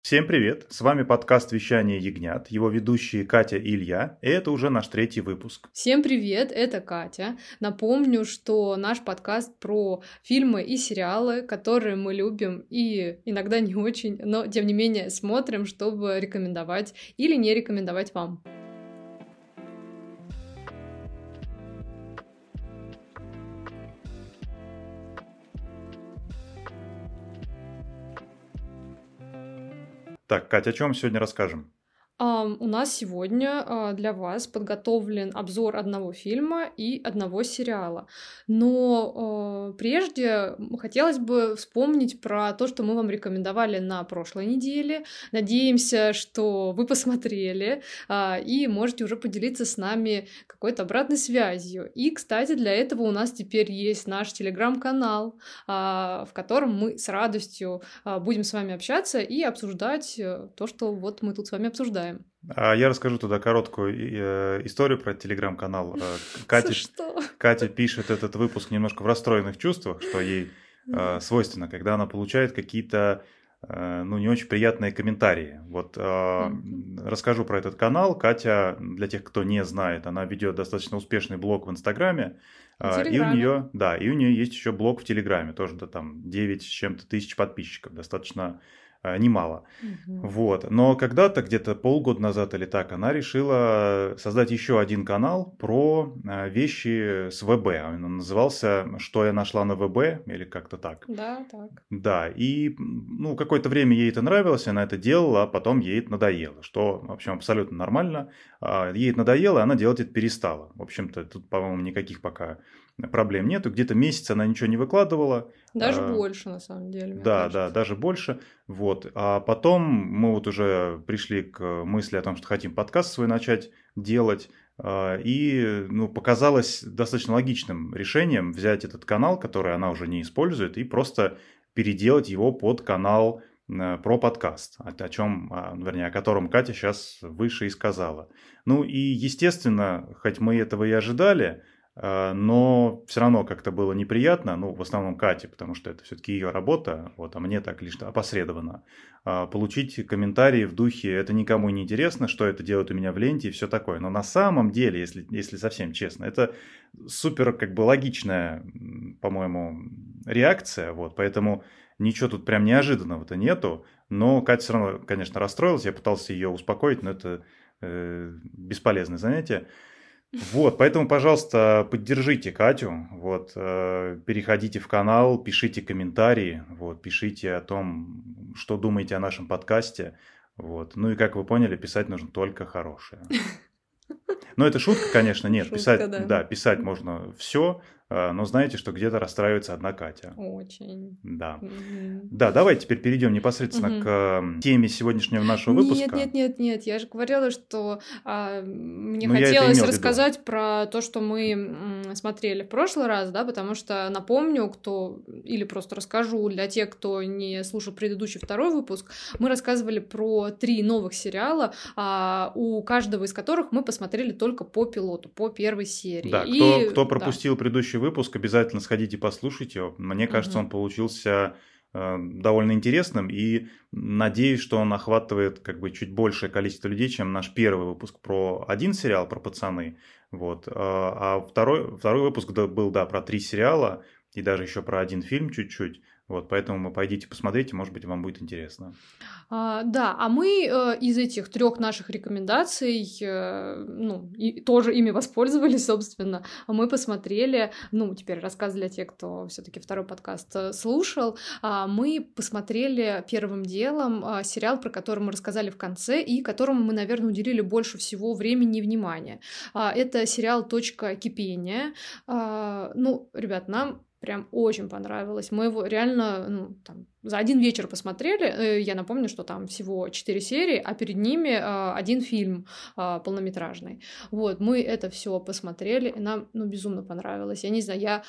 Всем привет! С вами подкаст «Вещание ягнят», его ведущие Катя и Илья, и это уже наш третий выпуск. Всем привет, это Катя. Напомню, что наш подкаст про фильмы и сериалы, которые мы любим и иногда не очень, но тем не менее смотрим, чтобы рекомендовать или не рекомендовать вам. Так, Катя, о чем сегодня расскажем? У нас сегодня для вас подготовлен обзор одного фильма и одного сериала. Но прежде хотелось бы вспомнить про то, что мы вам рекомендовали на прошлой неделе. Надеемся, что вы посмотрели и можете уже поделиться с нами какой-то обратной связью. И, кстати, для этого у нас теперь есть наш телеграм-канал, в котором мы с радостью будем с вами общаться и обсуждать то, что вот мы тут с вами обсуждаем. Я расскажу туда короткую историю про телеграм-канал. За что? Катя пишет этот выпуск немножко в расстроенных чувствах, что ей свойственно, когда она получает какие-то не очень приятные комментарии. Вот расскажу про этот канал. Катя, для тех, кто не знает, она ведет достаточно успешный блог в Инстаграме. И у нее есть еще блог в Телеграме, тоже там 9 с чем-то тысяч подписчиков, достаточно немало. Вот. Но когда-то, где-то полгода назад или так, она решила создать еще один канал про вещи с ВБ. Он назывался «Что я нашла на ВБ» или как-то так. Да, так. Да, и какое-то время ей это нравилось, она это делала, а потом ей это надоело, что, в общем, абсолютно нормально. Ей это надоело, она делать это перестала. В общем-то, тут, по-моему, никаких пока проблем нету. Где-то месяц она ничего не выкладывала. Даже больше, на самом деле, мне Да, кажется. даже больше. Вот. А потом мы вот уже пришли к мысли о том, что хотим подкаст свой начать делать. И показалось достаточно логичным решением взять этот канал, который она уже не использует, и просто переделать его под канал про подкаст, о котором Катя сейчас выше и сказала. Ну и, естественно, хоть мы этого и ожидали, но все равно как-то было неприятно, в основном Кате, потому что это все-таки ее работа, вот, а мне так лишь опосредованно, получить комментарии в духе «это никому не интересно, что это делает у меня в ленте» и все такое. Но на самом деле, если совсем честно, это супер логичная, по-моему, реакция, вот, поэтому ничего тут прям неожиданного-то нету, но Катя все равно, конечно, расстроилась, я пытался ее успокоить, но это бесполезное занятие. Вот, поэтому, пожалуйста, поддержите Катю, вот, переходите в канал, пишите комментарии, вот, пишите о том, что думаете о нашем подкасте, вот. Ну и, как вы поняли, писать нужно только хорошее. Но это шутка, конечно, нет, Шутка, да. писать можно все, но знаете, что где-то расстраивается одна Катя. Очень. Да. Да, давайте теперь перейдем непосредственно к теме сегодняшнего нашего выпуска. Нет, я же говорила, что мне Ну, я это хотелось имел в виду. рассказать про то, что мы смотрели в прошлый раз, да, потому что напомню, или просто расскажу для тех, кто не слушал предыдущий второй выпуск, мы рассказывали про 3 новых сериала, у каждого из которых мы посмотрели только по пилоту, по первой серии. Да, кто пропустил предыдущий выпуск, обязательно сходите послушайте его. Мне кажется, он получился довольно интересным, и надеюсь, что он охватывает чуть большее количество людей, чем наш первый выпуск про один сериал, про «Пацаны». Вот. А второй выпуск был, про 3 сериала, и даже еще про один фильм чуть-чуть. Вот, поэтому пойдите посмотрите, может быть, вам будет интересно. Да, мы из этих 3 наших рекомендаций, и тоже ими воспользовались, собственно. Мы посмотрели, теперь рассказ для тех, кто все-таки второй подкаст слушал. Мы посмотрели первым делом сериал, про который мы рассказали в конце, и которому мы, наверное, уделили больше всего времени и внимания. Это сериал «Точка кипения». Ребят, нам прям очень понравилось. Мы его реально за один вечер посмотрели. Я напомню, что там всего 4 серии, а перед ними один фильм полнометражный. Вот, мы это все посмотрели, и нам безумно понравилось. Я не знаю,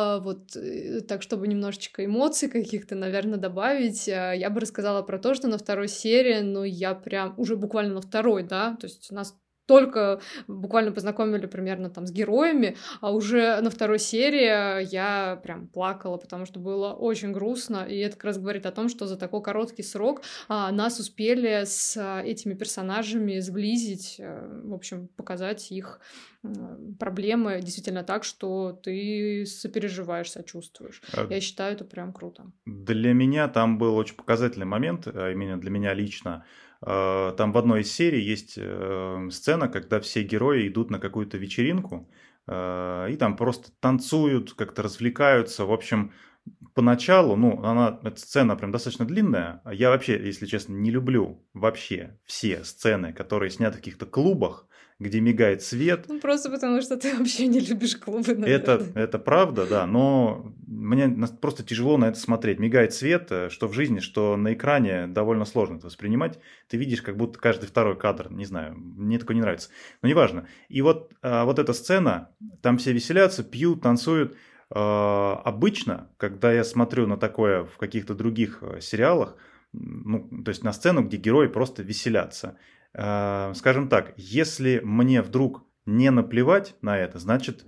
так, чтобы немножечко эмоций каких-то, наверное, добавить, я бы рассказала про то, что на второй серии, я прям уже буквально на второй, да, то есть у нас только буквально познакомили примерно там с героями, а уже на второй серии я прям плакала, потому что было очень грустно, и это как раз говорит о том, что за такой короткий срок нас успели с этими персонажами сблизить, в общем, показать их проблемы действительно так, что ты сопереживаешь, сочувствуешь. Я считаю, это прям круто. Для меня там был очень показательный момент, именно для меня лично. Там в одной из серий есть сцена, когда все герои идут на какую-то вечеринку, и там просто танцуют, как-то развлекаются. В общем, поначалу, эта сцена прям достаточно длинная. Я вообще, если честно, не люблю вообще все сцены, которые сняты в каких-то клубах, где мигает свет. Ну, просто потому что ты вообще не любишь клубы, наверное. Это правда, да, но мне просто тяжело на это смотреть. Мигает свет, что в жизни, что на экране, довольно сложно это воспринимать. Ты видишь как будто каждый второй кадр, не знаю, мне такое не нравится. Но неважно. И вот эта сцена, там все веселятся, пьют, танцуют. Обычно, когда я смотрю на такое в каких-то других сериалах, то есть на сцену, где герои просто веселятся, скажем так, если мне вдруг не наплевать на это, значит,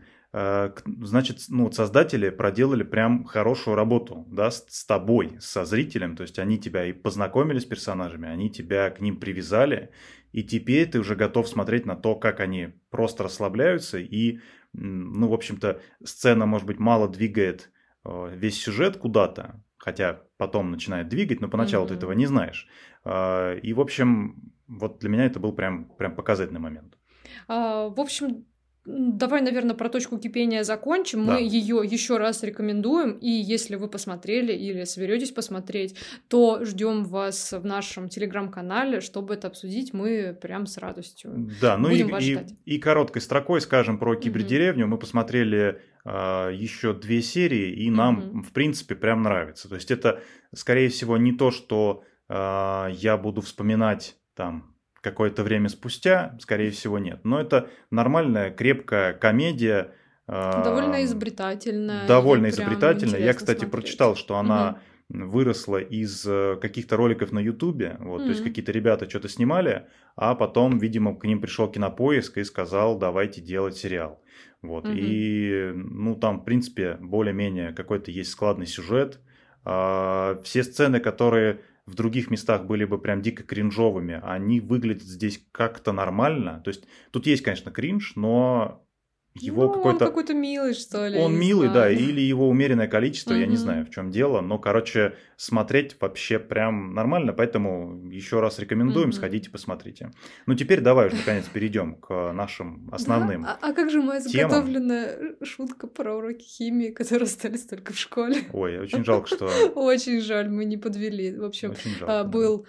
создатели проделали прям хорошую работу, да, с тобой, со зрителем, то есть они тебя и познакомили с персонажами, они тебя к ним привязали, и теперь ты уже готов смотреть на то, как они просто расслабляются, и, в общем-то, сцена, может быть, мало двигает весь сюжет куда-то, хотя потом начинает двигать, но поначалу ты этого не знаешь. И, в общем, вот для меня это был прям показательный момент. В общем, давай, наверное, про точку кипения закончим. Да. Мы ее еще раз рекомендуем. И если вы посмотрели или соберетесь посмотреть, то ждем вас в нашем телеграм-канале, чтобы это обсудить. Мы прям с радостью будем вас ждать. И короткой строкой скажем про Кибердеревню. Мы посмотрели еще 2 серии, и нам, в принципе, прям нравится. То есть это, скорее всего, не то, что я буду вспоминать там какое-то время спустя, скорее всего, нет. Но это нормальная, крепкая комедия. Довольно изобретательная. Довольно изобретательная. Я, кстати, прочитал, что она выросла из каких-то роликов на Ютубе. Вот, то есть какие-то ребята что-то снимали, а потом, видимо, к ним пришел Кинопоиск и сказал, давайте делать сериал. Вот. И там, в принципе, более-менее какой-то есть складный сюжет. Все сцены, которые в других местах были бы прям дико кринжовыми, они выглядят здесь как-то нормально. То есть тут есть, конечно, кринж, но его он какой-то милый, что ли. Он милый, да, или его умеренное количество, я не знаю, в чем дело. Но, короче, смотреть вообще прям нормально, поэтому еще раз рекомендуем, сходите, посмотрите. Ну, теперь давай уже, наконец, перейдем к нашим основным темам. А как же моя заготовленная шутка про уроки химии, которые остались только в школе? Ой, очень жалко, что... Очень жаль, мы не подвели. В общем, был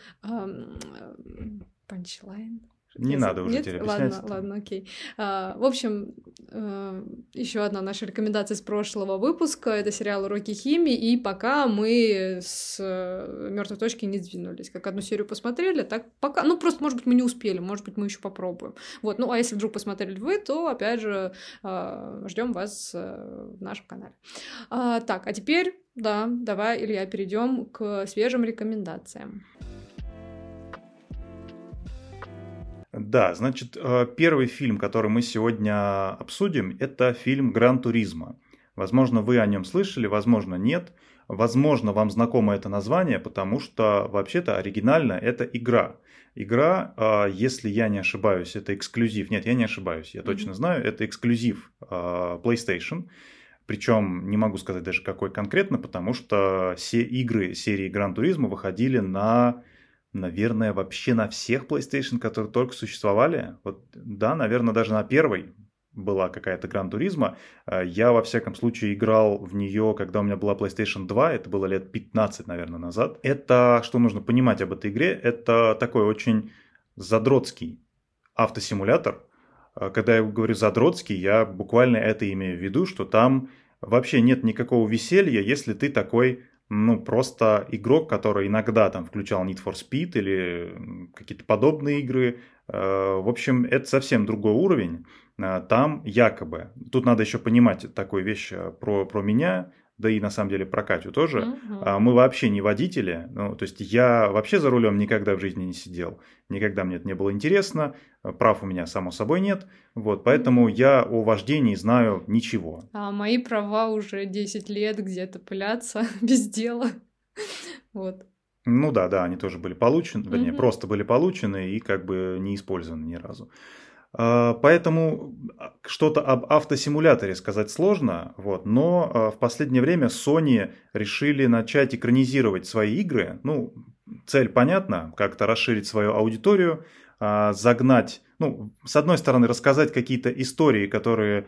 панчлайн. Не надо уже теперь объяснять. Ладно, окей. В общем, еще одна наша рекомендация с прошлого выпуска — это сериал «Уроки химии», и пока мы с мертвой точки не сдвинулись. Как одну серию посмотрели, так пока... просто, может быть, мы не успели, может быть, мы еще попробуем. Вот, а если вдруг посмотрели вы, то, опять же, ждем вас в нашем канале. Так, а теперь, да, давай, Илья, перейдем к свежим рекомендациям. Да, значит, первый фильм, который мы сегодня обсудим, это фильм «Гран Туризмо». Возможно, вы о нем слышали, возможно, нет. Возможно, вам знакомо это название, потому что, вообще-то, оригинально это игра. Игра, если я не ошибаюсь, это эксклюзив. Нет, я не ошибаюсь, я точно знаю, это эксклюзив PlayStation. Причем не могу сказать даже какой конкретно, потому что все игры серии «Гран Туризмо» выходили наверное, вообще на всех PlayStation, которые только существовали. Вот, да, наверное, даже на первой была какая-то Гран Туризмо. Я, во всяком случае, играл в нее, когда у меня была PlayStation 2. Это было лет 15, наверное, назад. Это, что нужно понимать об этой игре, это такой очень задротский автосимулятор. Когда я говорю задротский, я буквально это имею в виду, что там вообще нет никакого веселья, если ты такой... просто игрок, который иногда там включал Need for Speed или какие-то подобные игры. В общем, это совсем другой уровень. Там якобы, тут надо еще понимать такую вещь про меня. да и на самом деле про Катю тоже, мы вообще не водители, ну, то есть я вообще за рулем никогда в жизни не сидел, никогда мне это не было интересно, прав у меня, само собой, нет, вот, поэтому я о вождении знаю ничего. А мои права уже 10 лет где-то пылятся без дела, вот. Ну да, они тоже были получены, вернее, просто были получены и как бы не использованы ни разу. Поэтому что-то об автосимуляторе сказать сложно, вот, но в последнее время Sony решили начать экранизировать свои игры. Ну, цель понятна, как-то расширить свою аудиторию, загнать, ну, с одной стороны, рассказать какие-то истории, которые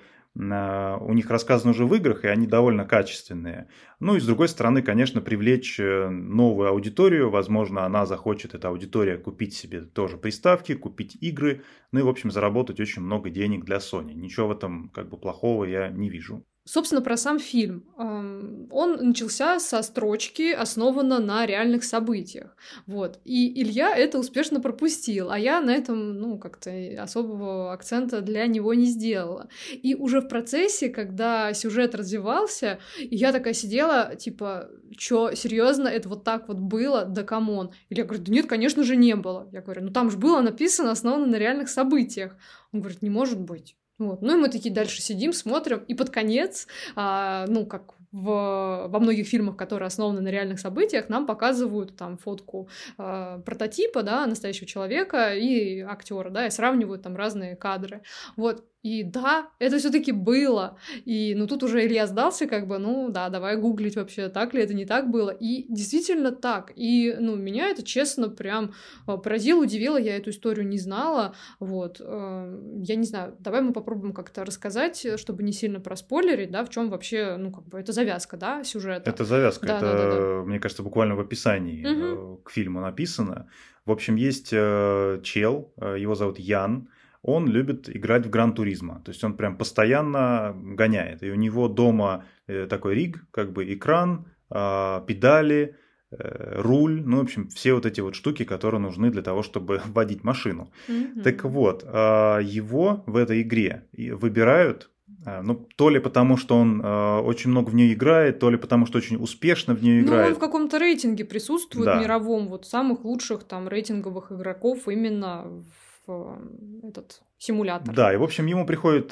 у них рассказаны уже в играх, и они довольно качественные. Ну и с другой стороны, конечно, привлечь новую аудиторию. Возможно, она захочет, эта аудитория, купить себе тоже приставки, купить игры, ну и, в общем, заработать очень много денег для Sony. Ничего в этом как бы плохого я не вижу. Собственно, про сам фильм. Он начался со строчки «основано на реальных событиях». Вот. И Илья это успешно пропустил, а я на этом, ну, как-то особого акцента для него не сделала. И уже в процессе, когда сюжет развивался, я такая сидела, типа, чё, серьезно, это вот так вот было? Да камон. Илья говорит, да нет, конечно же, не было. Я говорю, ну там же было написано «основано на реальных событиях». Он говорит, не может быть. Вот. Ну и мы такие дальше сидим, смотрим, и под конец, ну, как во многих фильмах, которые основаны на реальных событиях, нам показывают там фотку прототипа, да, настоящего человека и актера, да, и сравнивают там разные кадры. Вот. И да, это все-таки было. И, ну, тут уже Илья сдался, как бы, ну, да, давай гуглить вообще, так ли это, не так было. И действительно так. И, ну, меня это, честно, прям поразило, удивило, я эту историю не знала. Вот. Я не знаю, давай мы попробуем как-то рассказать, чтобы не сильно проспойлерить, да, в чем вообще, ну, как бы, это завязка, да, сюжета. Это завязка, да, это, да. Мне кажется, буквально в описании к фильму написано. В общем, есть чел, его зовут Ян. Он любит играть в Гран-туризмо, то есть он прям постоянно гоняет. И у него дома такой риг, как бы экран, педали, руль, ну, в общем, все вот эти вот штуки, которые нужны для того, чтобы водить машину. Так вот, его в этой игре выбирают, ну, то ли потому, что он очень много в нее играет, то ли потому, что очень успешно в нее играет. Ну, он в каком-то рейтинге присутствует, да, мировом, вот самых лучших там рейтинговых игроков именно в этот симулятор. Да, и, в общем, ему приходит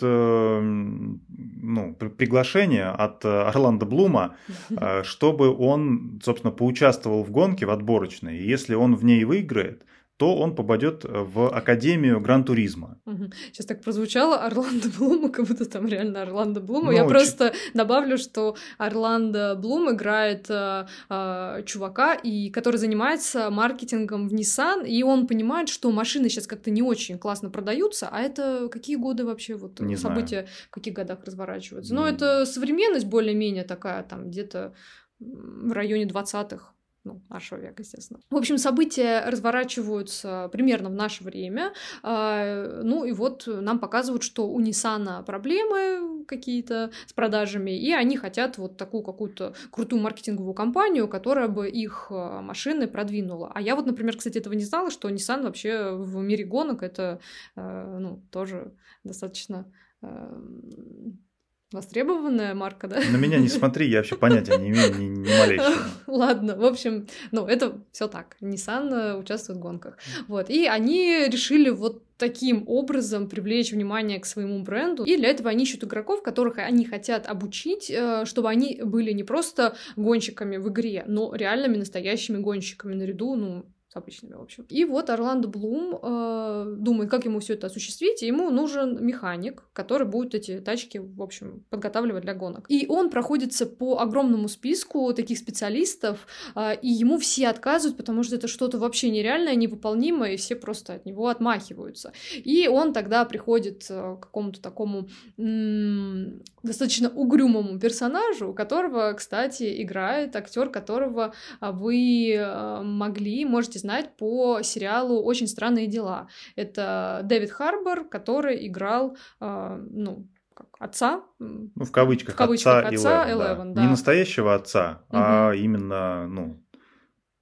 приглашение от Орландо Блума, чтобы он, собственно, поучаствовал в гонке, в отборочной. И если он в ней выиграет, то он попадет в Академию Гран-туризмо. Сейчас так прозвучало Орландо Блума, как будто там реально Орландо Блума. Я просто добавлю, что Орландо Блум играет чувака, который занимается маркетингом в Nissan, и он понимает, что машины сейчас как-то не очень классно продаются, а это какие годы вообще вот не события, в каких годах разворачиваются? Ну, это современность более-менее такая, там где-то в районе 20-х. Ну, нашего века, естественно. В общем, события разворачиваются примерно в наше время. Ну, и вот нам показывают, что у Ниссана проблемы какие-то с продажами, и они хотят вот такую какую-то крутую маркетинговую кампанию, которая бы их машины продвинула. А я вот, например, кстати, этого не знала, что Nissan вообще в мире гонок это, ну, тоже достаточно... востребованная марка, да? На меня не смотри, я вообще понятия не имею ни малейшего. Ладно, в общем, ну, это все так. Nissan участвует в гонках. Вот. И они решили вот таким образом привлечь внимание к своему бренду. И для этого они ищут игроков, которых они хотят обучить, чтобы они были не просто гонщиками в игре, но реальными настоящими гонщиками наряду, ну, с обычными, в общем. И вот Орландо Блум думает, как ему все это осуществить, и ему нужен механик, который будет эти тачки, в общем, подготавливать для гонок. И он проходится по огромному списку таких специалистов, и ему все отказывают, потому что это что-то вообще нереальное, невыполнимое, и все просто от него отмахиваются. И он тогда приходит к какому-то такому достаточно угрюмому персонажу, которого, кстати, играет актер, которого вы можете знать по сериалу «Очень странные дела». Это Дэвид Харбор, который играл, ну, как отца. Ну, в кавычках отца Элевен, да. Не настоящего отца, а именно, ну,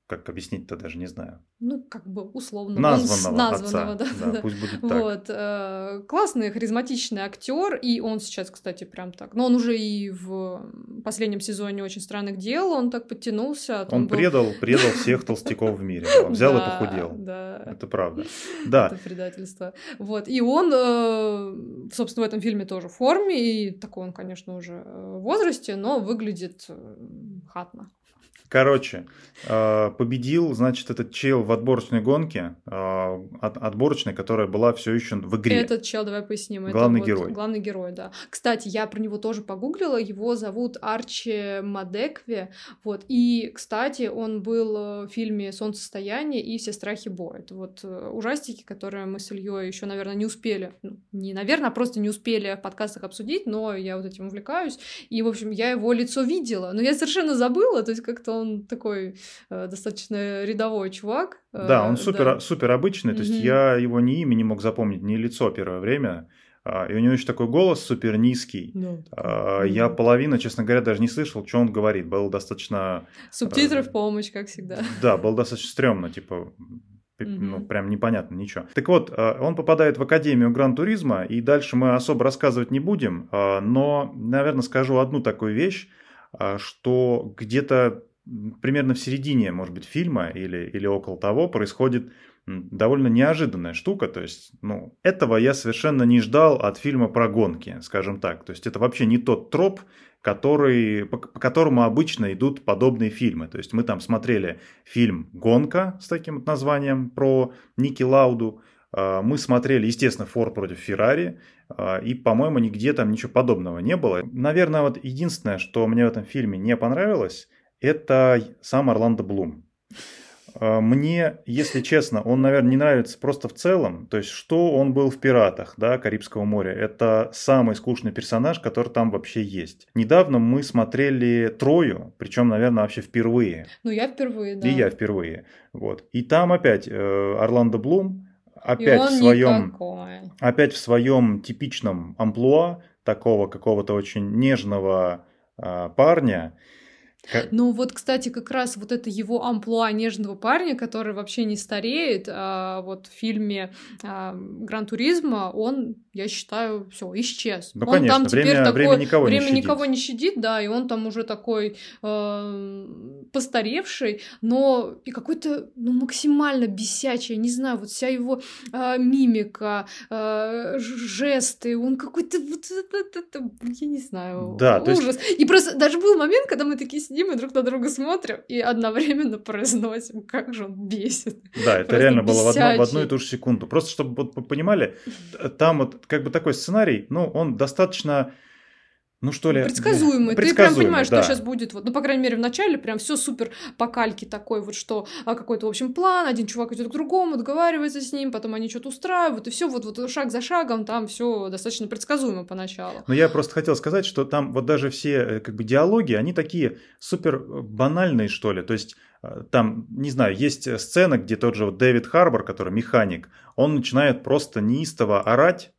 как объяснить-то даже не знаю. Ну, как бы условно. Названного названного, отца. да. Пусть будет так. Вот. Классный, харизматичный актер, и он сейчас, кстати, прям так. Но он уже и в последнем сезоне «Очень странных дел» он так подтянулся. Он предал всех толстяков в мире. Взял и похудел. Да. Это правда. Да. Это предательство. Вот. И он, собственно, в этом фильме тоже в форме, и такой он, конечно, уже в возрасте, но выглядит хатно. Короче, победил, значит, этот чел в отборочной гонке, отборочной, которая была все еще в игре. Этот чел, давай поясним. Главный это герой. Главный герой, да. Кстати, я про него тоже погуглила, его зовут Арчи Мадекве, вот. И, кстати, он был в фильме «Солнцестояние» и «Все страхи Бо». Это вот ужастики, которые мы с Ильей еще, наверное, не успели, а просто не успели в подкастах обсудить, но я вот этим увлекаюсь. И, в общем, я его лицо видела, но я совершенно забыла, то есть как-то он такой достаточно рядовой чувак. Да, он супер обычный, то есть я его ни имя не мог запомнить, ни лицо первое время. И у него еще такой голос супер низкий. Я половину, честно говоря, даже не слышал, что он говорит. Был достаточно... Субтитры в помощь, как всегда. Да, было достаточно стрёмно, типа... Ну, прям непонятно ничего. Так вот, он попадает в Академию Гран-туризма, и дальше мы особо рассказывать не будем, но, наверное, скажу одну такую вещь, что где-то примерно в середине, может быть, фильма или около того происходит довольно неожиданная штука. То есть, этого я совершенно не ждал от фильма про гонки, скажем так. То есть, это вообще не тот троп, по которому обычно идут подобные фильмы. То есть, мы там смотрели фильм «Гонка» с таким вот названием про Ники Лауду. Мы смотрели, естественно, «Форд против Феррари», и, по-моему, нигде там ничего подобного не было. Наверное, вот единственное, что мне в этом фильме не понравилось, это сам Орландо Блум. Мне, если честно, он, наверное, не нравится просто в целом. То есть, что он был в «Пиратах», да, Карибского моря. Это самый скучный персонаж, который там вообще есть. Недавно мы смотрели «Трою», причем, наверное, вообще впервые. Я впервые, да. И я впервые. Вот. И там опять Орландо Блум, опять в своем типичном амплуа, такого какого-то очень нежного парня. Ну вот, кстати, как раз вот это его амплуа нежного парня, который вообще не стареет, вот в фильме «Гран-туризмо» он, я считаю, все исчез. Ну, он конечно, там теперь время никого не щадит, да, и он там уже такой постаревший, но и какой-то максимально бесячий, не знаю, вот вся его мимика, жесты, он какой-то я не знаю, да, ужас. И просто даже был момент, когда мы такие сидим и друг на друга смотрим и одновременно произносим, как же он бесит. Да, это просто реально было в одну и ту же секунду. Просто чтобы вы понимали, там вот как бы такой сценарий, он достаточно... предсказуемый. Ты прям понимаешь, что сейчас будет, вот, по крайней мере, в начале прям все супер по кальке такой, вот что какой-то, в общем, план, один чувак идет к другому, договаривается с ним, потом они что-то устраивают, и все вот шаг за шагом, там все достаточно предсказуемо поначалу. Но я просто хотел сказать, что там вот даже все как бы диалоги, они такие супер банальные, что ли, то есть там, не знаю, есть сцена, где тот же вот Дэвид Харбор, который механик, он начинает просто неистово орать,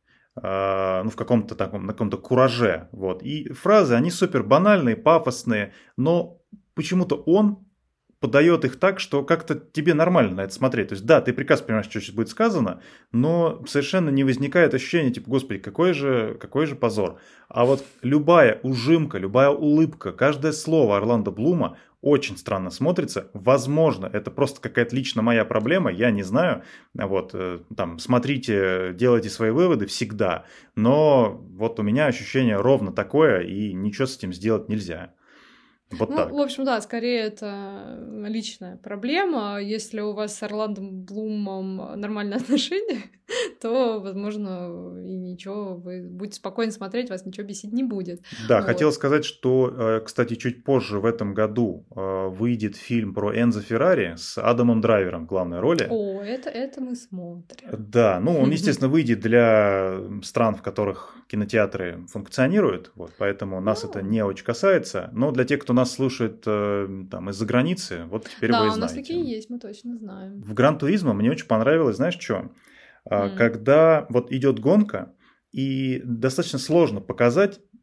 в каком-то таком, на каком-то кураже, вот. И фразы, они супер банальные, пафосные, но почему-то он подает их так, что как-то тебе нормально на это смотреть. То есть, да, ты прекрасно понимаешь, что сейчас будет сказано, но совершенно не возникает ощущения, типа, господи, какой же позор. А вот любая ужимка, любая улыбка, каждое слово Орландо Блума очень странно смотрится. Возможно, это просто какая-то лично моя проблема, я не знаю. Вот, там, смотрите, делайте свои выводы всегда. Но вот у меня ощущение ровно такое, и ничего с этим сделать нельзя. Вот так. В общем, да, скорее это личная проблема. Если у вас с Орландо Блумом нормальные отношения, то, возможно, и ничего, вы будете спокойно смотреть, вас ничего бесить не будет. Да, вот. Хотел сказать, что, кстати, чуть позже в этом году выйдет фильм про Энцо Феррари с Адамом Драйвером в главной роли. О, это мы смотрим. Да, он, естественно, выйдет для стран, в которых кинотеатры функционируют, вот, поэтому нас это не очень касается, но для тех, кто нас слушает там из-за границы, вот теперь вы знаете. Да, у нас такие есть, мы точно знаем. В Гран-туризмо мне очень понравилось, знаешь, что? Когда вот идет гонка, и достаточно сложно показать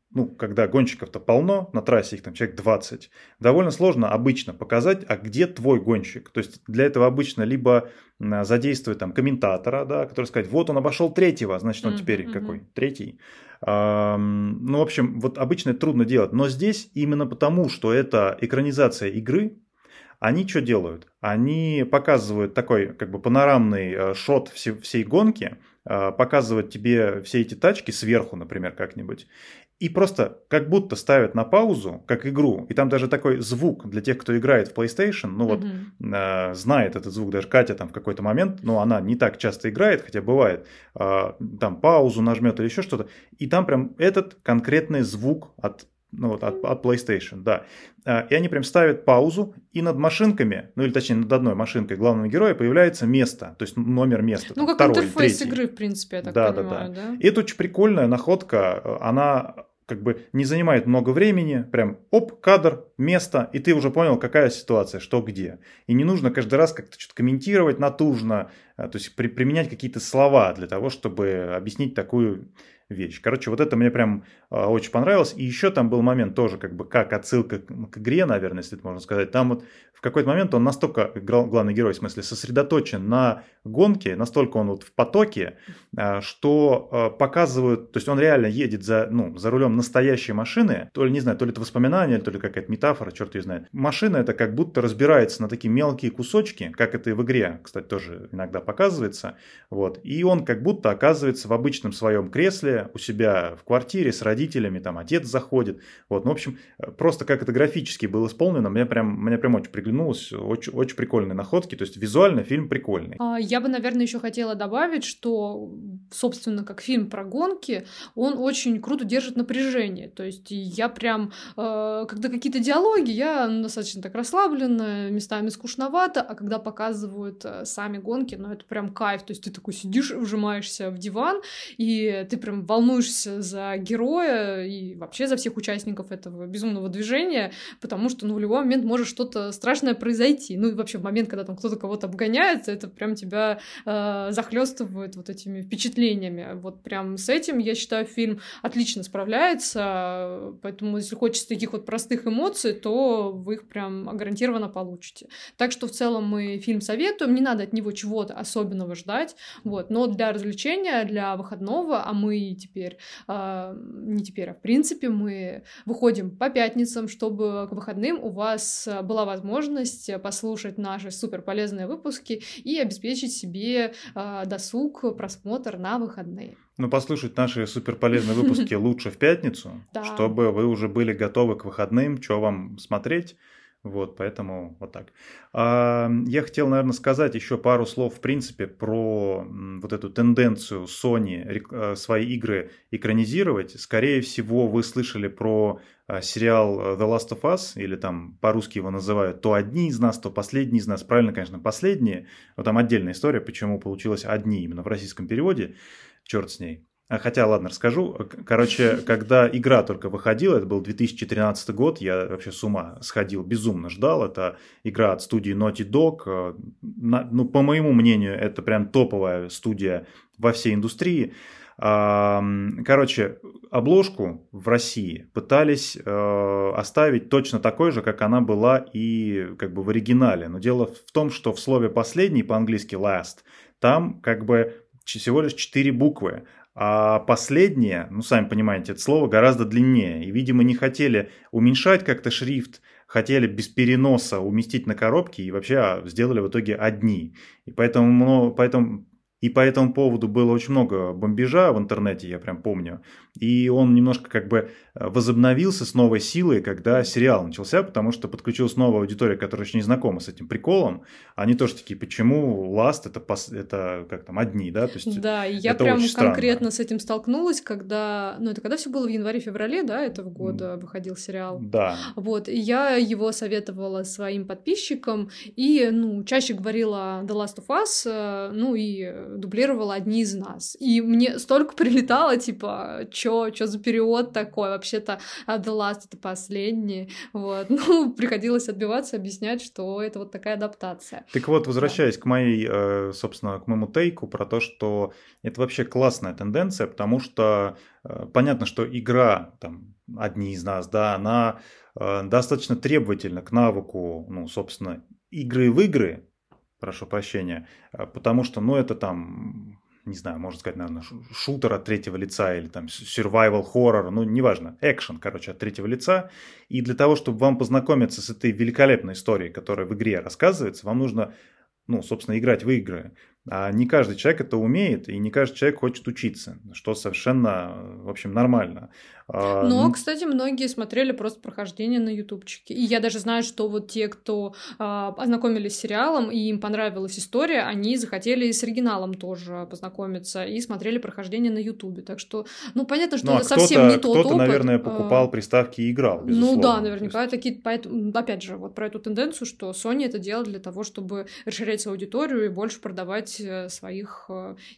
ну, когда гонщиков-то полно, на трассе их там человек 20, довольно сложно обычно показать, а где твой гонщик. То есть для этого обычно либо задействовать там комментатора, да, который сказать, вот он обошел третьего, значит он теперь какой? Третий. Ну, в общем, вот обычно это трудно делать. Но здесь именно потому, что это экранизация игры, они что делают? Они показывают такой как бы панорамный шот всей гонки, показывают тебе все эти тачки сверху, например, как-нибудь, и просто как будто ставят на паузу, как игру. И там даже такой звук для тех, кто играет в PlayStation, ну вот знает этот звук, даже Катя там в какой-то момент, но она не так часто играет, хотя бывает, там паузу нажмет или еще что-то, и там прям этот конкретный звук от PlayStation, да. И они прям ставят паузу, и над машинками, ну или точнее над одной машинкой главного героя появляется место, то есть номер места. Ну, там, как второй, интерфейс третий. игры, в принципе, я так понимаю, да? И это очень прикольная находка, она как бы не занимает много времени, прям оп, кадр, место, и ты уже понял, какая ситуация, что где. И не нужно каждый раз как-то что-то комментировать натужно, то есть применять какие-то слова для того, чтобы объяснить такую вещь. Короче, вот это мне прям очень понравилось. И еще там был момент тоже как бы как отсылка к игре, наверное, если это можно сказать. Там вот в какой-то момент он настолько, главный герой, в смысле, сосредоточен на гонке, настолько он вот в потоке, что показывают, то есть он реально едет за рулем настоящей машины, то ли, не знаю, то ли это воспоминание, то ли какая-то метафора, черт ее знает. Машина это как будто разбирается на такие мелкие кусочки, как это и в игре, кстати, тоже иногда показывается. Вот. И он как будто оказывается в обычном своем кресле у себя в квартире с родителями, там отец заходит. Вот. Ну, в общем, просто как это графически было исполнено, мне прям очень приглянулось, очень, очень прикольные находки, то есть визуально фильм прикольный. Я бы, наверное, еще хотела добавить, что, собственно, как фильм про гонки, он очень круто держит напряжение, то есть я прям, когда какие-то диалоги, я достаточно так расслаблена, местами скучновато, а когда показывают сами гонки, ну, это прям кайф, то есть ты такой сидишь, вжимаешься в диван, и ты прям волнуешься за героя и вообще за всех участников этого безумного движения, потому что, ну, в любой момент может что-то страшное произойти. Ну, и вообще в момент, когда там кто-то кого-то обгоняет, это прям тебя захлестывает вот этими впечатлениями. Вот прям с этим, я считаю, фильм отлично справляется, поэтому если хочется таких вот простых эмоций, то вы их прям гарантированно получите. Так что в целом мы фильм советуем, не надо от него чего-то особенного ждать, вот, но для развлечения, для выходного, а мы теперь, не теперь, а в принципе, мы выходим по пятницам, чтобы к выходным у вас была возможность послушать наши суперполезные выпуски и обеспечить себе досуг, просмотр на выходные. Ну, послушать наши суперполезные выпуски лучше в пятницу, чтобы вы уже были готовы к выходным, что вам смотреть. Вот, поэтому вот так. Я хотел, наверное, сказать еще пару слов, в принципе, про вот эту тенденцию Sony свои игры экранизировать. Скорее всего, вы слышали про сериал The Last of Us, или там по-русски его называют то одни из нас, то последние из нас. Правильно, конечно, последние. Но там отдельная история, почему получилось одни именно в российском переводе. Черт с ней. Хотя, ладно, расскажу. Короче, когда игра только выходила, это был 2013 год, я вообще с ума сходил, безумно ждал. Это игра от студии Naughty Dog. Ну, по моему мнению, это прям топовая студия во всей индустрии. Короче, обложку в России пытались оставить точно такой же, как она была и как бы в оригинале. Но дело в том, что в слове «последний» по-английски «last» там как бы всего лишь 4 буквы. А последнее, ну, сами понимаете, это слово гораздо длиннее. И, видимо, не хотели уменьшать как-то шрифт, хотели без переноса уместить на коробке и вообще сделали в итоге одни. И поэтому по этому поводу было очень много бомбежа в интернете, я прям помню. И он немножко как бы возобновился с новой силой, когда сериал начался, потому что подключилась новая аудитория, которая очень не знакома с этим приколом. Они тоже такие, почему Last это как там, одни, да? То есть да, и я прям конкретно с этим столкнулась, когда... Ну, это когда все было в январе-феврале, да, этого года выходил сериал. Да. Вот, и я его советовала своим подписчикам, и, ну, чаще говорила The Last of Us, ну, и дублировала одни из нас. И мне столько прилетало, типа, чё за период такой? Вообще-то The Last — это последний. Вот. Ну, приходилось отбиваться, объяснять, что это вот такая адаптация. Так вот, возвращаясь к моей, собственно, к моему тейку про то, что это вообще классная тенденция, потому что понятно, что игра, там, одни из нас, да, она достаточно требовательна к навыку, ну, собственно, игры в игры, прошу прощения, потому что, ну, это там, не знаю, можно сказать, наверное, шутер от третьего лица или там survival horror, ну, неважно, экшен, короче, от третьего лица. И для того, чтобы вам познакомиться с этой великолепной историей, которая в игре рассказывается, вам нужно, ну, собственно, играть в игры. А не каждый человек это умеет, и не каждый человек хочет учиться, что совершенно, в общем, нормально. Но, кстати, многие смотрели просто прохождение на ютубчике. И я даже знаю, что вот те, кто ознакомились с сериалом, и им понравилась история, они захотели и с оригиналом тоже познакомиться, и смотрели прохождение на ютубе. Так что, ну, понятно, что это совсем не тот опыт. Кто-то, наверное, покупал приставки и играл, безусловно. Ну да, наверняка. Поэтому, опять же, вот про эту тенденцию, что Sony это делает для того, чтобы расширять свою аудиторию и больше продавать своих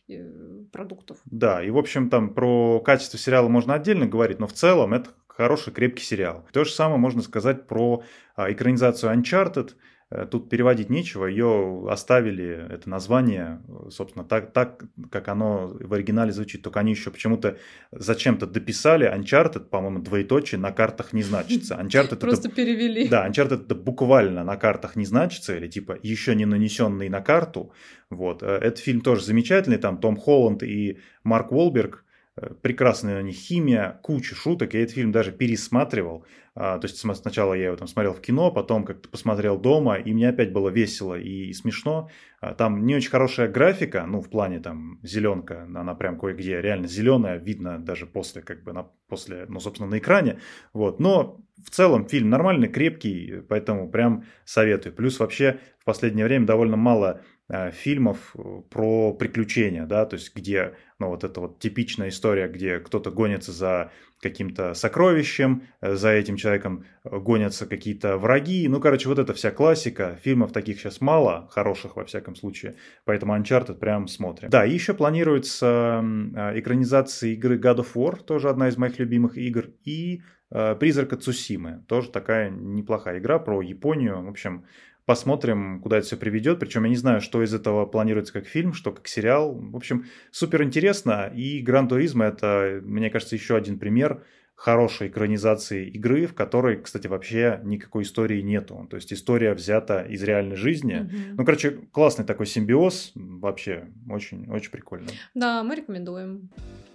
продуктов. Да, и, в общем, там про качество сериала можно отдельно говорить, но в целом это хороший, крепкий сериал. То же самое можно сказать про экранизацию Uncharted. Тут переводить нечего, ее оставили, это название, собственно, так, как оно в оригинале звучит, только они еще почему-то зачем-то дописали Uncharted, по-моему, двоеточие на картах не значится. Uncharted просто перевели. Да, Uncharted это буквально на картах не значится, или типа еще не нанесенный на карту. Вот. Этот фильм тоже замечательный, там Том Холланд и Марк Уолберг, прекрасная у них химия, куча шуток. Я этот фильм даже пересматривал. То есть сначала я его там смотрел в кино, потом как-то посмотрел дома, и мне опять было весело и смешно. Там не очень хорошая графика, ну, в плане там зеленка, она прям кое-где реально зеленая, видно даже после, как бы, после, ну, собственно, на экране. Вот. Но в целом фильм нормальный, крепкий, поэтому прям советую. Плюс вообще в последнее время довольно мало фильмов про приключения, да, то есть где, ну, вот эта вот типичная история, где кто-то гонится за каким-то сокровищем, за этим человеком гонятся какие-то враги, ну, короче, вот эта вся классика, фильмов таких сейчас мало, хороших во всяком случае, поэтому Uncharted прям смотрим. Да, и еще планируется экранизация игры God of War, тоже одна из моих любимых игр, и Призрака Цусимы, тоже такая неплохая игра про Японию, в общем, посмотрим, куда это все приведет. Причем я не знаю, что из этого планируется как фильм, что как сериал. В общем, супер интересно. И Гран Туризмо — это, мне кажется, еще один пример хорошей экранизации игры, в которой, кстати, вообще никакой истории нету. То есть история взята из реальной жизни. Ну, короче, классный такой симбиоз. Вообще очень, очень прикольно. Да, мы рекомендуем.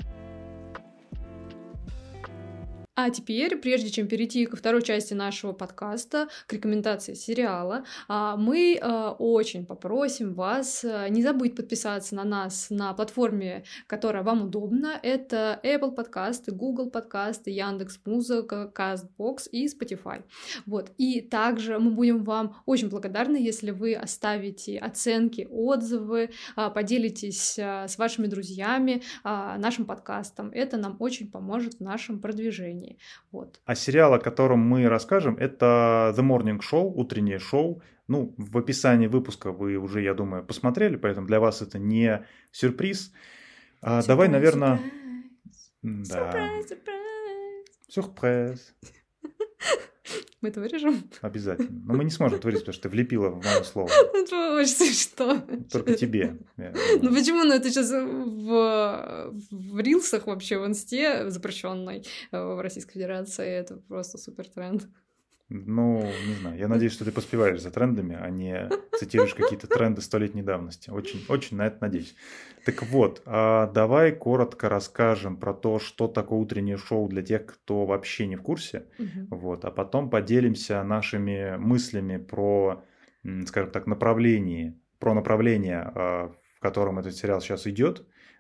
А теперь, прежде чем перейти ко второй части нашего подкаста, к рекомендации сериала, мы очень попросим вас не забыть подписаться на нас на платформе, которая вам удобна. Это Apple подкасты, Google подкасты, Яндекс.Музыка, Castbox и Spotify. Вот. И также мы будем вам очень благодарны, если вы оставите оценки, отзывы, поделитесь с вашими друзьями нашим подкастом. Это нам очень поможет в нашем продвижении. Вот. А сериал, о котором мы расскажем, это The Morning Show, утреннее шоу. Ну, в описании выпуска вы уже, я думаю, посмотрели, поэтому для вас это не сюрприз. Давай, наверное... Сюрприз. Мы это вырежем? Обязательно. Но мы не сможем творить, потому что ты влепила в мое слово. Это очень смешно. Только тебе. Ну почему? Ну это сейчас в рилсах вообще, в инсте запрещенной в Российской Федерации. Это просто супер тренд. Ну, не знаю. Я надеюсь, что ты поспеваешь за трендами, а не цитируешь какие-то тренды столетней давности. Очень, очень на это надеюсь. Так вот, давай коротко расскажем про то, что такое утреннее шоу для тех, кто вообще не в курсе. Вот, а потом поделимся нашими мыслями про, скажем так, направление, в котором этот сериал сейчас идет.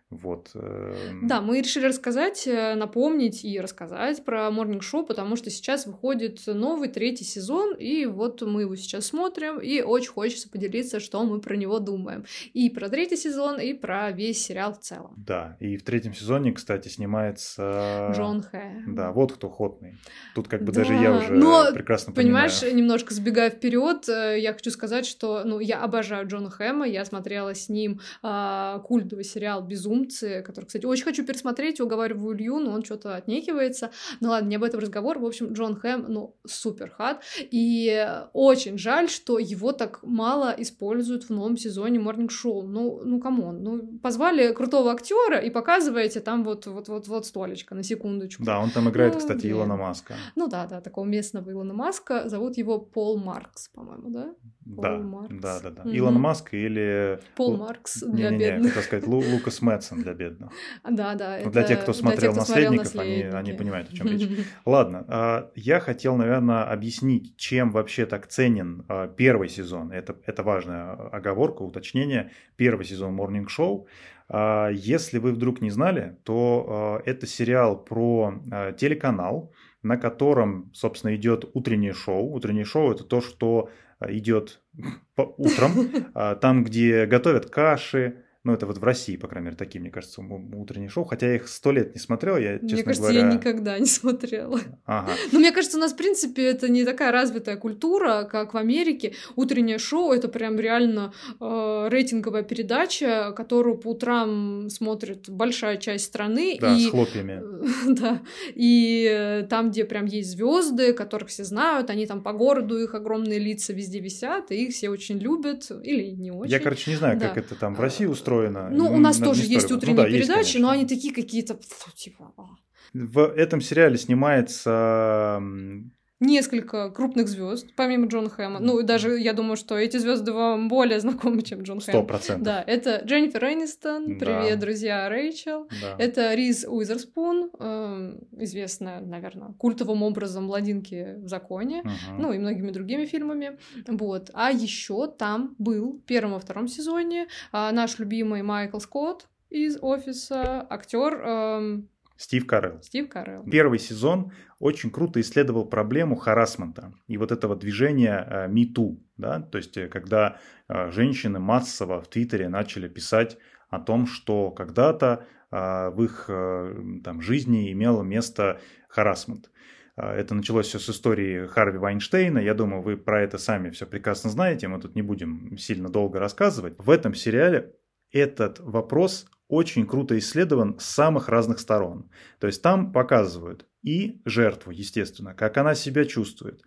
Вот. Да, мы решили рассказать, напомнить и рассказать про Morning Show, потому что сейчас выходит новый 3-й сезон, и вот мы его сейчас смотрим, и очень хочется поделиться, что мы про него думаем. И про 3-й сезон, и про весь сериал в целом. Да, и в 3-м сезоне, кстати, снимается... Джон Хэм. Да, вот кто хотный. Тут как бы Да, даже я уже но, прекрасно понимаешь, понимаю. немножко сбегая вперед, я хочу сказать, что я обожаю Джона Хэма, я смотрела с ним культовый сериал «Безумцы», который, кстати, очень хочу пересмотреть, уговариваю Илью, но он что-то отнекивается. Ну ладно, не об этом разговор. В общем, Джон Хэм, супер хат. И очень жаль, что его так мало используют в новом сезоне Morning Show. Ну, камон. Позвали крутого актера и показываете там вот столечко на секундочку. Да, он там играет, кстати, Илона Маска. Ну да, такого местного Илона Маска. Зовут его Пол Маркс, по-моему, да? Да. Угу. Илон Маск или... Пол Маркс для бедных. Хотел сказать, Лукас Мэтсон для бедных. Да. Для тех, кто смотрел «Наследников», они понимают, о чем речь. Ладно, я хотел, наверное, объяснить, чем вообще так ценен 1-й сезон. Это важная оговорка, уточнение. 1-й сезон Morning Show. Если вы вдруг не знали, то это сериал про телеканал, на котором, собственно, идет утреннее шоу. Утреннее шоу – это то, что идет утром, там, где готовят каши. Ну, это вот в России, по крайней мере, такие, мне кажется, утренние шоу. Хотя я их 100 лет не смотрел, я, честно говоря... Мне кажется, я никогда не смотрела. Ага. Но мне кажется, у нас, в принципе, это не такая развитая культура, как в Америке. Утреннее шоу — это прям реально рейтинговая передача, которую по утрам смотрит большая часть страны. Да, с хлопьями. Да, и там, где прям есть звезды, которых все знают, они там по городу, их огромные лица везде висят, и их все очень любят, или не очень. Я, короче, не знаю, как это там в России устроено. Ну, у нас тоже есть утренние передачи, но они такие какие-то, типа... В этом сериале снимается... Несколько крупных звезд, помимо Джона Хэма. Ну, даже я думаю, что эти звезды вам более знакомы, чем Джон Хэм. 100%. Да, это Дженнифер Энистон, привет, друзья, Рэйчел. Да. Это Риз Уизерспун, известная, наверное, культовым образом «Младенки в законе», ну и многими другими фильмами. Вот. А еще там был в 1-м и 2-м сезоне наш любимый Майкл Скотт из «Офиса», актер. Стив Карелл. 1-й сезон очень круто исследовал проблему харассмента и вот этого движения Me Too, да, то есть когда женщины массово в Твиттере начали писать о том, что когда-то в их там, жизни имело место харассмент. Это началось все с истории Харви Вайнштейна. Я думаю, вы про это сами все прекрасно знаете, мы тут не будем сильно долго рассказывать. В этом сериале этот вопрос очень круто исследован с самых разных сторон. То есть там показывают и жертву, естественно, как она себя чувствует,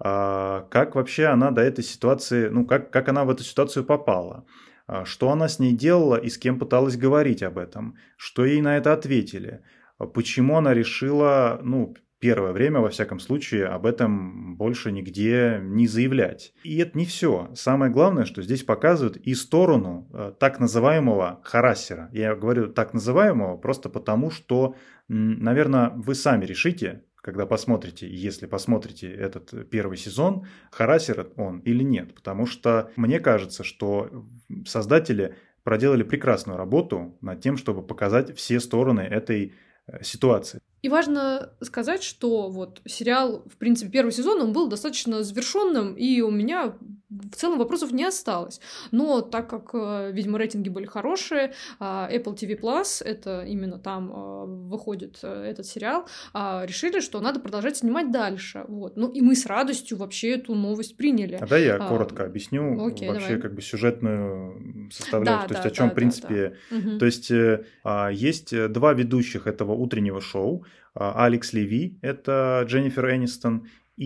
как вообще она до этой ситуации, ну, как она в эту ситуацию попала, что она с ней делала и с кем пыталась говорить об этом, что ей на это ответили, почему она решила, ну, первое время, во всяком случае, об этом больше нигде не заявлять. И это не все. Самое главное, что здесь показывают и сторону так называемого харассера. Я говорю так называемого просто потому, что, наверное, вы сами решите, когда посмотрите, если посмотрите этот 1-й сезон, харассер он или нет. Потому что мне кажется, что создатели проделали прекрасную работу над тем, чтобы показать все стороны этой ситуации. И важно сказать, что вот сериал, в принципе, 1-й сезон, он был достаточно завершенным, и у меня в целом вопросов не осталось. Но так как, видимо, рейтинги были хорошие, Apple TV Plus, это именно там выходит этот сериал, решили, что надо продолжать снимать дальше. Вот. Ну и мы с радостью вообще эту новость приняли. Да, я коротко объясню вообще давай. Как бы сюжетную составляющую, то есть о чем, в принципе... Да. То есть есть 2 ведущих этого утреннего шоу. Алекс Леви, это Дженнифер Энистон,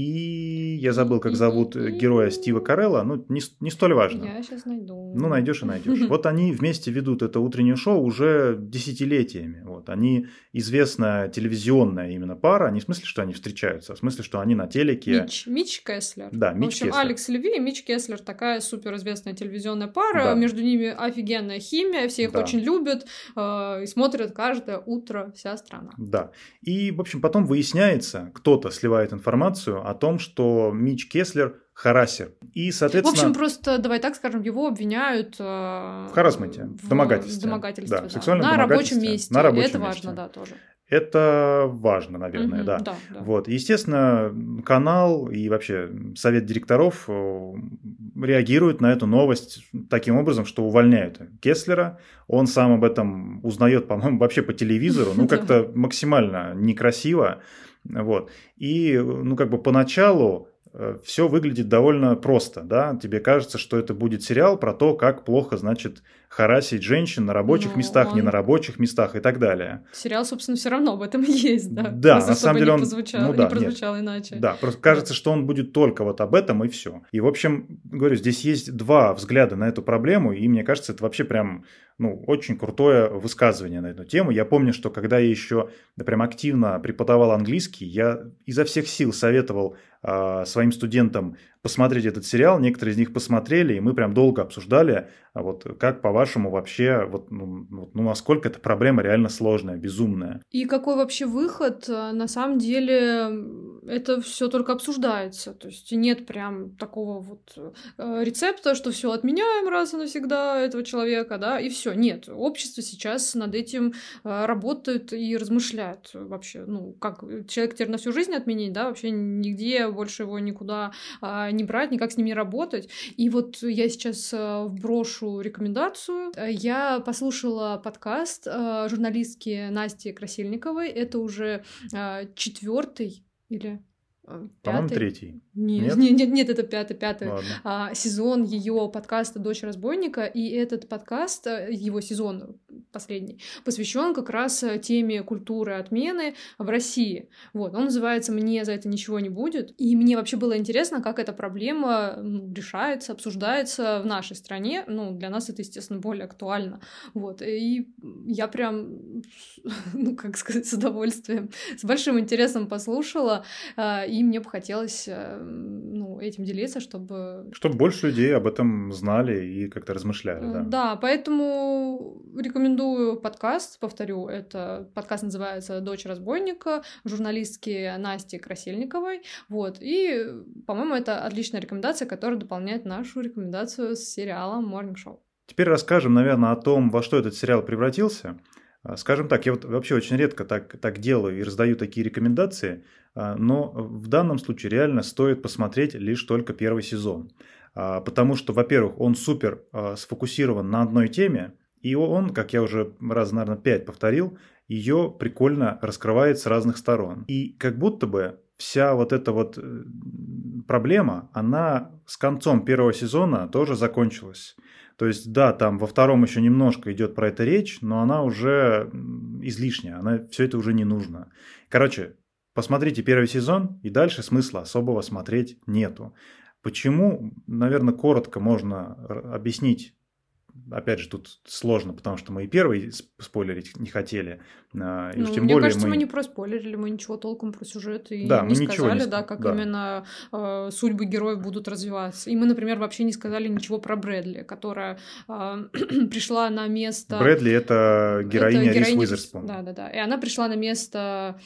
и я забыл, как зовут героя Стива Карелла, ну, не столь важно. Я сейчас найду. Ну, найдешь и найдешь. Вот они вместе ведут это утреннее шоу уже десятилетиями. Вот. Они известная телевизионная именно пара, не в смысле, что они встречаются, а в смысле, что они на телеке. Митч Кеслер. Да, Митч Кеслер. В общем, Алекс Леви и Митч Кеслер, такая суперизвестная телевизионная пара, да. Между ними офигенная химия, все их очень любят и смотрят каждое утро вся страна. Да. И, в общем, потом выясняется, кто-то сливает информацию о том, что Митч Кеслер харассер. И, В соответственно... общем, просто, давай так скажем, его обвиняют в харассменте, в домогательстве. Домогательстве, да. В сексуальном на домогательстве. рабочем месте. На рабочем Это месте. важно, да, тоже. Это важно, наверное, да. Да. Вот. Естественно, канал и вообще совет директоров реагируют на эту новость таким образом, что увольняют Кеслера. Он сам об этом узнает, по-моему, вообще по телевизору, ну, как-то максимально некрасиво. Вот. И, ну, как бы поначалу все выглядит довольно просто, да, тебе кажется, что это будет сериал про то, как плохо, значит, харассить женщин на рабочих местах, не на рабочих местах и так далее. Сериал, собственно, все равно об этом и есть, да. Да, просто, на самом деле он не прозвучал иначе. Да, просто кажется, что он будет только вот об этом и все. И, в общем, говорю, здесь есть два взгляда на эту проблему, и мне кажется, это вообще прям, ну, очень крутое высказывание на эту тему. Я помню, что когда я еще прям активно преподавал английский, я изо всех сил советовал своим студентам посмотреть этот сериал. Некоторые из них посмотрели, и мы прям долго обсуждали, вот как по-вашему вообще, вот, ну, насколько эта проблема реально сложная, безумная. И какой вообще выход? На самом деле это все только обсуждается. То есть нет прям такого вот рецепта, что все отменяем раз и навсегда этого человека, да, и все. Нет, общество сейчас над этим работает и размышляет вообще, ну, как человек теперь на всю жизнь отменить, да, вообще нигде больше его никуда не брать, никак с ним не работать. И вот я сейчас вброшу рекомендацию. Я послушала подкаст журналистки Насти Красильниковой. Это уже 4-й или... По-моему, 3-й. Нет, это 5-й сезон ее подкаста «Дочь разбойника», и этот подкаст, его сезон последний, посвящен как раз теме культуры отмены в России. Вот, он называется «Мне за это ничего не будет», и мне вообще было интересно, как эта проблема решается, обсуждается в нашей стране. Ну, для нас это, естественно, более актуально. Вот, и я прям, ну, как сказать, с удовольствием, с большим интересом послушала, и мне бы хотелось, ну, этим делиться, чтобы... Чтобы больше людей об этом знали и как-то размышляли, да. Да, поэтому рекомендую подкаст, повторю, это подкаст называется «Дочь разбойника», журналистки Насти Красильниковой, вот, и, по-моему, это отличная рекомендация, которая дополняет нашу рекомендацию с сериалом Morning Show. Теперь расскажем, наверное, о том, во что этот сериал превратился. Скажем так, я вот вообще очень редко так делаю и раздаю такие рекомендации, но в данном случае реально стоит посмотреть лишь только первый сезон. Потому что, во-первых, он супер сфокусирован на одной теме, и он, как я уже раз, наверное, 5 повторил, ее прикольно раскрывает с разных сторон. И как будто бы вся вот эта вот проблема, она с концом первого сезона тоже закончилась. То есть, да, там во втором еще немножко идет про это речь, но она уже излишняя, все это уже не нужно. Короче, посмотрите первый сезон, и дальше смысла особого смотреть нету. Почему, наверное, коротко можно объяснить. Опять же, тут сложно, потому что мы и первый спойлерить не хотели. И уж тем мне более кажется, мы не проспойлерили, мы ничего толком про сюжет и да, не сказали, да, как именно судьбы героев будут развиваться. И мы, например, вообще не сказали ничего про Брэдли, которая пришла на место... Брэдли — это героиня Риз Уизерспун. Да. И она пришла на место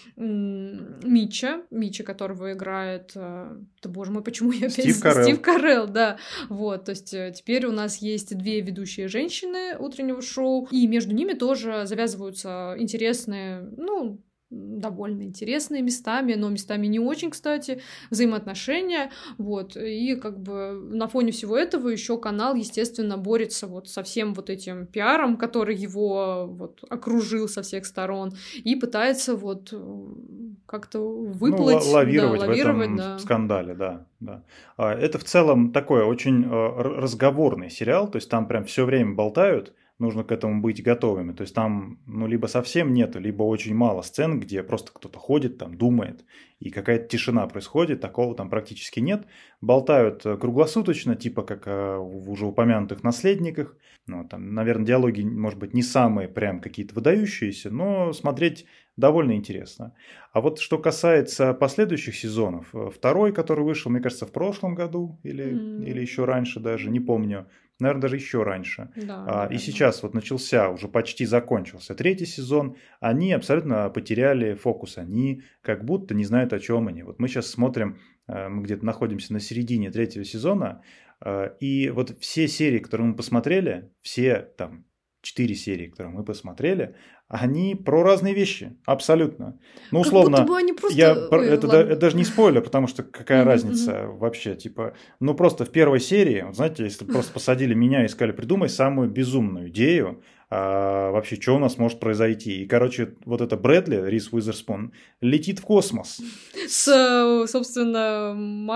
Митча, которого играет... Да, боже мой, почему я опять... Стив Карелл, да. Вот, то есть теперь у нас есть 2 ведущие женщины утреннего шоу, и между ними тоже завязываются интересные, ну, довольно интересные местами, но местами не очень, кстати, взаимоотношения, вот, и как бы на фоне всего этого еще канал, естественно, борется вот со всем вот этим пиаром, который его вот окружил со всех сторон, и пытается вот как-то выплыть, лавировать в этом скандале, да. Это в целом такой очень разговорный сериал, то есть там прям все время болтают, нужно к этому быть готовыми. То есть там, ну, либо совсем нету, либо очень мало сцен, где просто кто-то ходит, там, думает, и какая-то тишина происходит, такого там практически нет. Болтают круглосуточно, типа как в уже упомянутых «Наследниках». Ну, там, наверное, диалоги, может быть, не самые прям какие-то выдающиеся, но смотреть довольно интересно. А вот что касается последующих сезонов, второй, который вышел, мне кажется, в прошлом году или еще раньше даже, не помню, наверное, даже еще раньше. Да, И наверное. сейчас вот начался, уже почти закончился третий сезон, они абсолютно потеряли фокус, они как будто не знают, о чем они. Вот мы сейчас смотрим, мы где-то находимся на середине третьего сезона, и вот все серии, которые мы посмотрели, все там 4 серии, которые мы посмотрели, они про разные вещи, абсолютно. Ну, Как будто условно, бы они просто... Ой, это ладно. даже не спойлер, потому что какая Мгм, разница вообще, типа, ну, просто в первой серии, вот знаете, если просто посадили меня и сказали, придумай самую безумную идею, вообще, что у нас может произойти. И, короче, вот это Брэдли, Риз Уизерспун, летит в космос. С, собственно,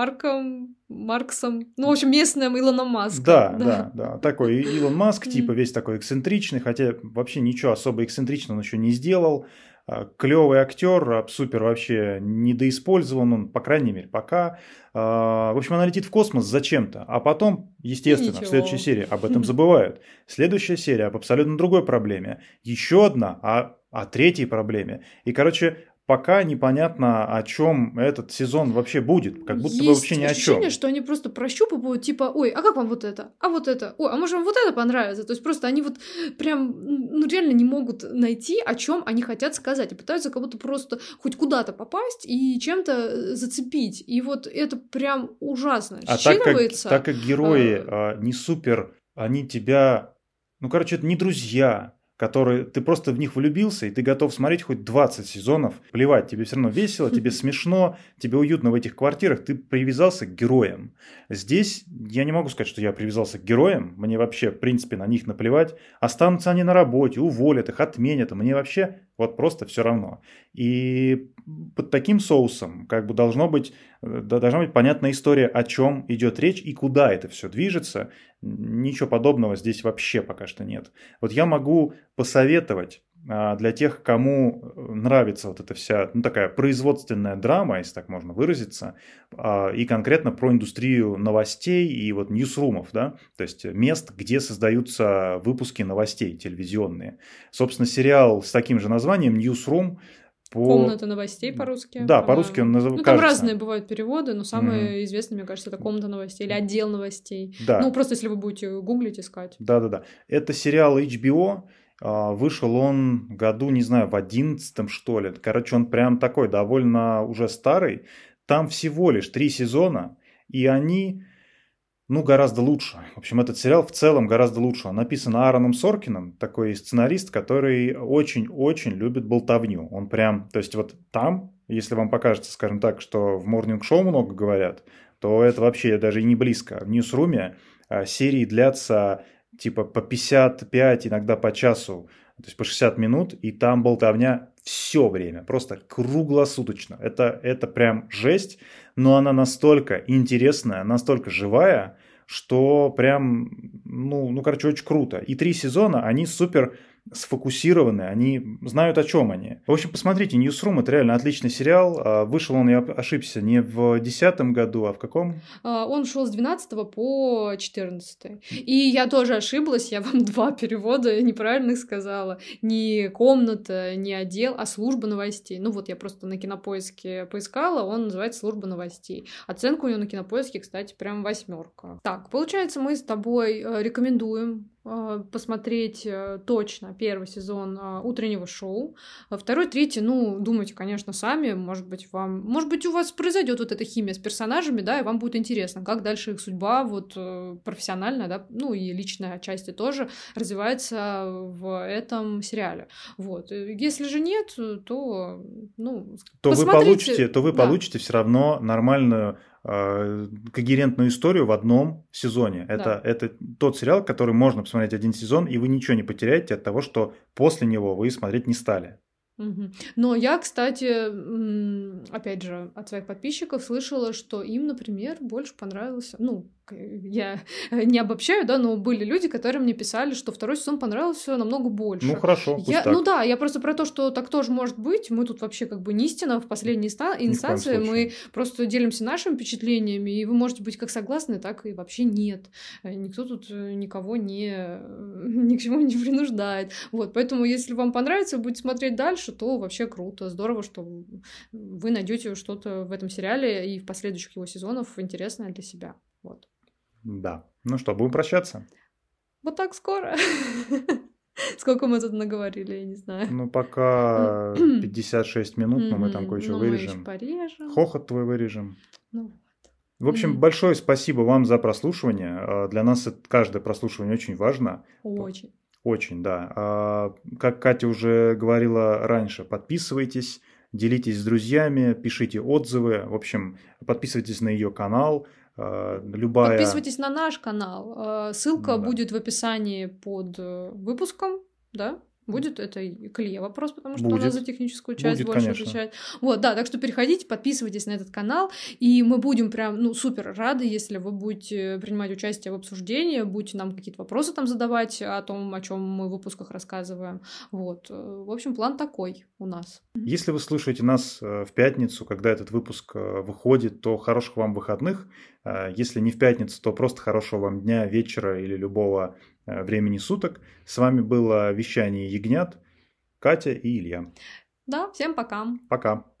Марксом, ну, в общем, местным Илоном Маском. Да. Такой Илон Маск, типа весь такой эксцентричный, хотя вообще ничего особо эксцентричного он еще не сделал. Клевый актер, супер вообще недоиспользован он, по крайней мере, пока. В общем, она летит в космос зачем-то, а потом, естественно, в следующей серии об этом забывают. Следующая серия об абсолютно другой проблеме. Еще одна о третьей проблеме. И, короче, пока непонятно, о чем этот сезон вообще будет. Как будто бы вообще ни о чем. Есть ощущение, что они просто прощупывают, типа, ой, а как вам вот это? А вот это? Ой, а может вам вот это понравится? То есть просто они вот прям, ну реально не могут найти, о чем они хотят сказать. И пытаются как будто просто хоть куда-то попасть и чем-то зацепить. И вот это прям ужасно считывается. Так как герои не супер, они тебя... Ну, короче, это не друзья, которые ты просто в них влюбился, и ты готов смотреть хоть 20 сезонов. Плевать, тебе все равно весело, тебе смешно, тебе уютно в этих квартирах, ты привязался к героям. Здесь я не могу сказать, что я привязался к героям, мне вообще, в принципе, на них наплевать. Останутся они на работе, уволят их, отменят, мне вообще вот просто все равно. И под таким соусом как бы должна быть понятная история, о чем идет речь и куда это все движется. Ничего подобного здесь вообще пока что нет. Вот я могу посоветовать для тех, кому нравится вот эта вся, ну, такая производственная драма, если так можно выразиться, и конкретно про индустрию новостей и вот ньюсрумов, да, то есть мест, где создаются выпуски новостей телевизионные. Собственно, сериал с таким же названием «Ньюсрум». Комната новостей по-русски. Да, по-русски он называется. Ну, кажется. там разные бывают переводы, но самый известный, мне кажется, это комната новостей или отдел новостей. Да. Ну, просто если вы будете гуглить, искать. Да. Это сериал HBO. Вышел он году, не знаю, в 11-м, что ли. Короче, он прям такой довольно уже старый. Там всего лишь 3 сезона, и они, ну, гораздо лучше. В общем, этот сериал в целом гораздо лучше. Он написан Аароном Соркином, такой сценарист, который очень-очень любит болтовню. Он прям, то есть вот там, если вам покажется, скажем так, что в морнинг-шоу много говорят, то это вообще даже и не близко. В Ньюсруме серии длятся типа по 55, иногда по часу, то есть по 60 минут, и там болтовня все время, просто круглосуточно. Это прям жесть, но она настолько интересная, настолько живая, что прям, ну, короче, очень круто. И 3 сезона, они супер сфокусированы, они знают, о чем они. В общем, посмотрите, Newsroom — это реально отличный сериал. Вышел он, я ошибся, не в 2010 году, а в каком? Он шел с 12 по 14. И я тоже ошиблась, я вам 2 перевода неправильных сказала. Не комната, не отдел, а служба новостей. Ну вот я просто на Кинопоиске поискала, он называется «Служба новостей». Оценка у него на Кинопоиске, кстати, прям 8. Так, получается, мы с тобой рекомендуем посмотреть точно первый сезон утреннего шоу. Второй, третий, ну, думайте, конечно, сами. Может быть, у вас произойдет вот эта химия с персонажами, да, и вам будет интересно, как дальше их судьба, вот, профессиональная, да, ну, и личная часть тоже развивается в этом сериале. Вот. Если же нет, то, ну, посмотрите. Вы получите все равно нормальную когерентную историю в одном сезоне. Это тот сериал, который можно посмотреть один сезон, и вы ничего не потеряете от того, что после него вы смотреть не стали. Но я, кстати, опять же, от своих подписчиков слышала, что им, например, больше понравился, ну, я не обобщаю, да, но были люди, которые мне писали, что второй сезон понравился намного больше. Ну, хорошо, пусть так. Ну да, я просто про то, что так тоже может быть. Мы тут вообще как бы не истина в последней инстанции, мы просто делимся нашими впечатлениями, и вы можете быть как согласны, так и вообще нет. Никто тут никого ни к чему не принуждает. Вот, поэтому если вам понравится, вы будете смотреть дальше, то вообще круто, здорово, что вы найдете что-то в этом сериале и в последующих его сезонах интересное для себя. Вот. Да. Ну что, будем прощаться? Вот так скоро. Сколько мы тут наговорили, я не знаю. Ну, пока 56 минут, но мы там кое-что Ну, мы еще вырежем. порежем. Хохот твой вырежем. Ну, В общем, большое спасибо вам за прослушивание. Для нас каждое прослушивание очень важно. очень. Очень, да. Как Катя уже говорила раньше, подписывайтесь, делитесь с друзьями, пишите отзывы. В общем, подписывайтесь на ее канал. Любая... Подписывайтесь на наш канал. Ссылка Ну да. будет в описании под выпуском, да? Будет это к Илье вопрос, потому что Будет. она за техническую часть Будет, больше конечно. отвечает. Вот, да, так что переходите, подписывайтесь на этот канал, и мы будем прям, ну, супер рады, если вы будете принимать участие в обсуждении, будете нам какие-то вопросы там задавать о том, о чем мы в выпусках рассказываем. Вот, в общем, план такой у нас. Если вы слушаете нас в пятницу, когда этот выпуск выходит, то хороших вам выходных. Если не в пятницу, то просто хорошего вам дня, вечера или любого времени суток. С вами было вещание Ягнят, Катя и Илья. Да, всем пока. Пока.